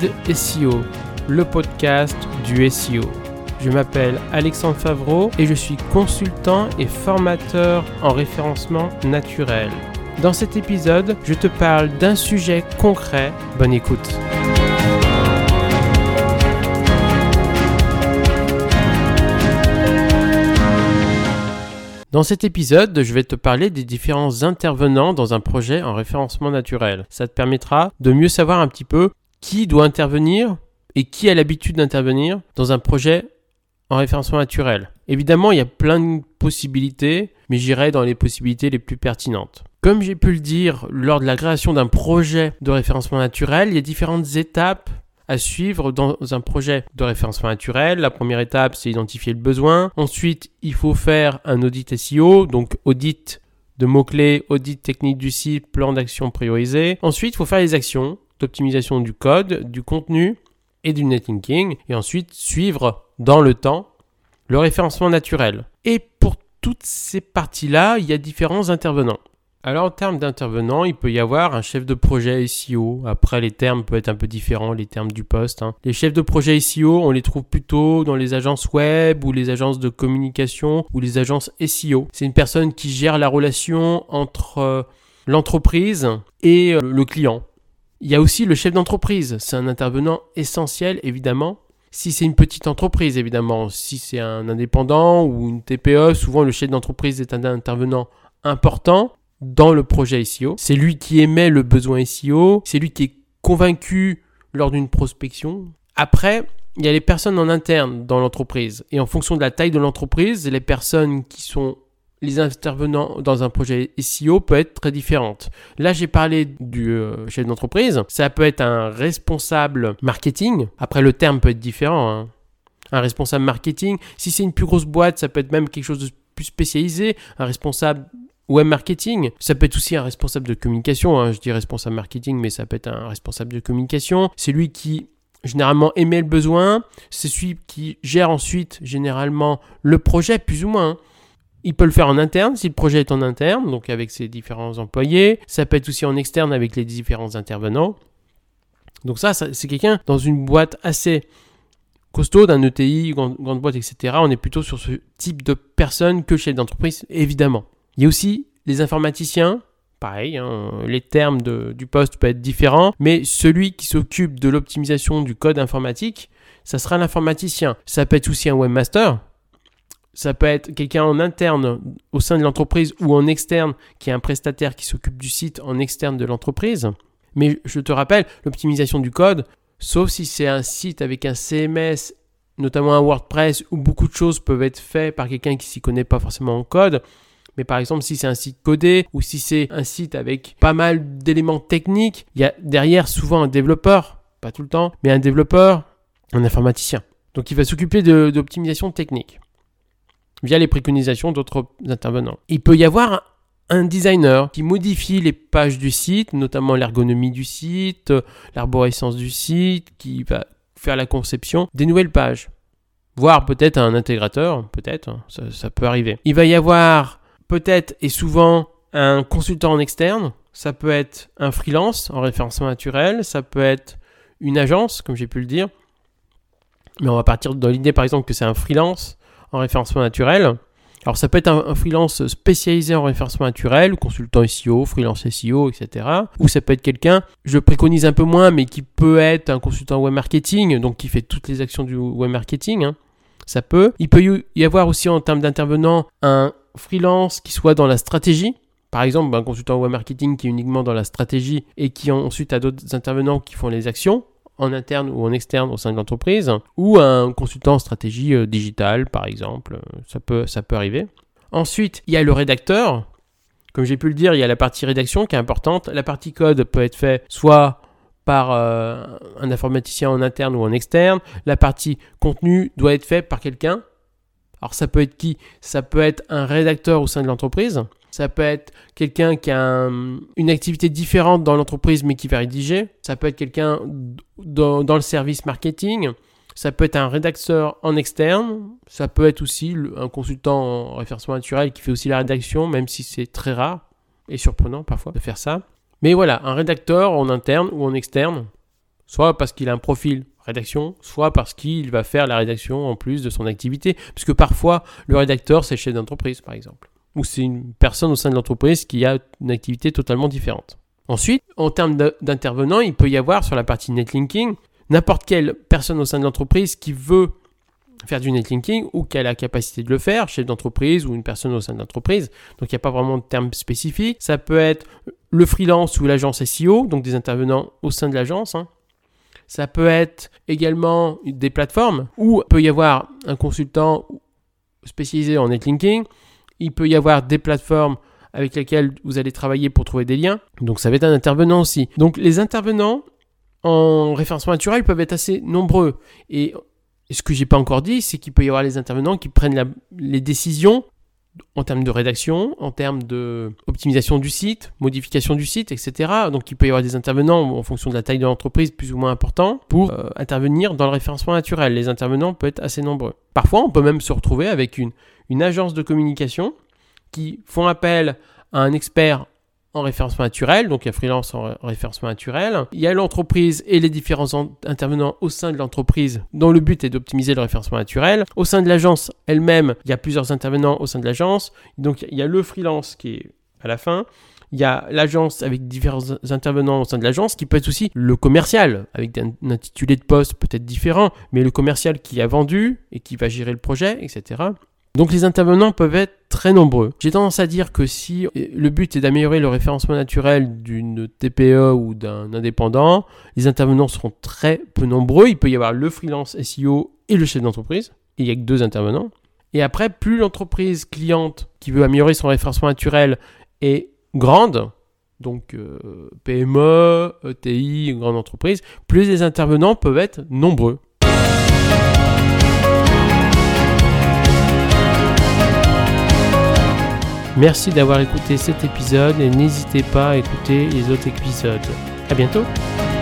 Code SEO, le podcast du SEO. Je m'appelle Alexandre Favreau et je suis consultant et formateur en référencement naturel. Dans cet épisode, je te parle d'un sujet concret. Bonne écoute. Dans cet épisode, je vais te parler des différents intervenants dans un projet en référencement naturel. Ça te permettra de mieux savoir un petit peu qui doit intervenir et qui a l'habitude d'intervenir dans un projet en référencement naturel. Évidemment, il y a plein de possibilités, mais j'irai dans les possibilités les plus pertinentes. Comme j'ai pu le dire lors de la création d'un projet de référencement naturel, il y a différentes étapes à suivre dans un projet de référencement naturel. La première étape, c'est identifier le besoin. Ensuite, il faut faire un audit SEO, donc audit de mots-clés, audit technique du site, plan d'action priorisé. Ensuite, il faut faire les actions d'optimisation du code, du contenu et du netlinking. Et ensuite, suivre dans le temps le référencement naturel. Et pour toutes ces parties-là, il y a différents intervenants. Alors en termes d'intervenants, il peut y avoir un chef de projet SEO. Après, les termes peuvent être un peu différents, les termes du poste. Les chefs de projet SEO, on les trouve plutôt dans les agences web ou les agences de communication ou les agences SEO. C'est une personne qui gère la relation entre l'entreprise et le client. Il y a aussi le chef d'entreprise. C'est un intervenant essentiel, évidemment. Si c'est une petite entreprise, évidemment. Si c'est un indépendant ou une TPE, souvent le chef d'entreprise est un intervenant important dans le projet SEO. C'est lui qui émet le besoin SEO, c'est lui qui est convaincu lors d'une prospection. Après, il y a les personnes en interne dans l'entreprise. Et en fonction de la taille de l'entreprise, les personnes qui sont les intervenants dans un projet SEO peuvent être très différentes. Là, j'ai parlé du chef d'entreprise. Ça peut être un responsable marketing. Après, le terme peut être différent. Un responsable marketing. Si c'est une plus grosse boîte, ça peut être même quelque chose de plus spécialisé. Un responsable web marketing, ça peut être aussi un responsable de communication, je dis responsable marketing, mais ça peut être un responsable de communication. C'est lui qui généralement émet le besoin, c'est celui qui gère ensuite généralement le projet plus ou moins. Il peut le faire en interne si le projet est en interne, donc avec ses différents employés. Ça peut être aussi en externe avec les différents intervenants. Donc ça c'est quelqu'un dans une boîte assez costaud, d'un ETI, grande boîte, etc. On est plutôt sur ce type de personne que chef d'entreprise, évidemment. Il y a aussi les informaticiens, pareil, les termes du poste peuvent être différents, mais celui qui s'occupe de l'optimisation du code informatique, ça sera l'informaticien. Ça peut être aussi un webmaster, ça peut être quelqu'un en interne au sein de l'entreprise ou en externe qui est un prestataire qui s'occupe du site en externe de l'entreprise. Mais je te rappelle, l'optimisation du code, sauf si c'est un site avec un CMS, notamment un WordPress, où beaucoup de choses peuvent être faites par quelqu'un qui ne s'y connaît pas forcément en code. Mais par exemple, si c'est un site codé ou si c'est un site avec pas mal d'éléments techniques, il y a derrière souvent un développeur, pas tout le temps, mais un développeur, un informaticien. Donc il va s'occuper d'optimisation technique via les préconisations d'autres intervenants. Il peut y avoir un designer qui modifie les pages du site, notamment l'ergonomie du site, l'arborescence du site, qui va faire la conception des nouvelles pages. Voire peut-être un intégrateur, peut-être, ça peut arriver. Il va y avoir peut-être et souvent un consultant en externe, ça peut être un freelance en référencement naturel, ça peut être une agence, comme j'ai pu le dire. Mais on va partir dans l'idée par exemple que c'est un freelance en référencement naturel. Alors ça peut être un freelance spécialisé en référencement naturel, consultant SEO, freelance SEO, etc. Ou ça peut être quelqu'un, je préconise un peu moins, mais qui peut être un consultant web marketing, donc qui fait toutes les actions du web marketing. Ça peut. Il peut y avoir aussi en termes d'intervenants un freelance qui soit dans la stratégie. Par exemple, un consultant web marketing qui est uniquement dans la stratégie et qui ensuite a d'autres intervenants qui font les actions en interne ou en externe au sein de l'entreprise. Ou un consultant en stratégie digitale, par exemple. Ça peut arriver. Ensuite, il y a le rédacteur. Comme j'ai pu le dire, il y a la partie rédaction qui est importante. La partie code peut être faite soit par un informaticien en interne ou en externe. La partie contenu doit être faite par quelqu'un. Alors ça peut être qui ? Ça peut être un rédacteur au sein de l'entreprise. Ça peut être quelqu'un qui a une activité différente dans l'entreprise mais qui va rédiger. Ça peut être quelqu'un dans le service marketing. Ça peut être un rédacteur en externe. Ça peut être aussi un consultant en référencement naturel qui fait aussi la rédaction, même si c'est très rare et surprenant parfois de faire ça. Mais voilà, un rédacteur en interne ou en externe, soit parce qu'il a un profil rédaction, soit parce qu'il va faire la rédaction en plus de son activité, puisque parfois le rédacteur c'est le chef d'entreprise par exemple, ou c'est une personne au sein de l'entreprise qui a une activité totalement différente. Ensuite, en termes d'intervenants, il peut y avoir sur la partie netlinking, n'importe quelle personne au sein de l'entreprise qui veut faire du netlinking ou qui a la capacité de le faire, chef d'entreprise ou une personne au sein de l'entreprise. Donc il n'y a pas vraiment de terme spécifique. Ça peut être le freelance ou l'agence SEO, donc des intervenants au sein de l'agence. Ça peut être également des plateformes où il peut y avoir un consultant spécialisé en netlinking. Il peut y avoir des plateformes avec lesquelles vous allez travailler pour trouver des liens. Donc ça va être un intervenant aussi. Donc les intervenants en référencement naturel peuvent être assez nombreux. Et ce que j'ai pas encore dit, c'est qu'il peut y avoir les intervenants qui prennent les décisions en termes de rédaction, en termes d'optimisation du site, modification du site, etc. Donc il peut y avoir des intervenants en fonction de la taille de l'entreprise plus ou moins importants pour intervenir dans le référencement naturel. Les intervenants peuvent être assez nombreux. Parfois, on peut même se retrouver avec une agence de communication qui font appel à un expert en référencement naturel, donc il y a freelance en référencement naturel. Il y a l'entreprise et les différents intervenants au sein de l'entreprise dont le but est d'optimiser le référencement naturel. Au sein de l'agence elle-même, il y a plusieurs intervenants au sein de l'agence. Donc il y a le freelance qui est à la fin. Il y a l'agence avec différents intervenants au sein de l'agence qui peut être aussi le commercial avec un intitulé de poste peut-être différent, mais le commercial qui a vendu et qui va gérer le projet, etc. Donc les intervenants peuvent être très nombreux. J'ai tendance à dire que si le but est d'améliorer le référencement naturel d'une TPE ou d'un indépendant, les intervenants seront très peu nombreux. Il peut y avoir le freelance SEO et le chef d'entreprise. Et il n'y a que 2 intervenants. Et après, plus l'entreprise cliente qui veut améliorer son référencement naturel est grande, donc PME, ETI, grande entreprise, plus les intervenants peuvent être nombreux. Merci d'avoir écouté cet épisode et n'hésitez pas à écouter les autres épisodes. À bientôt!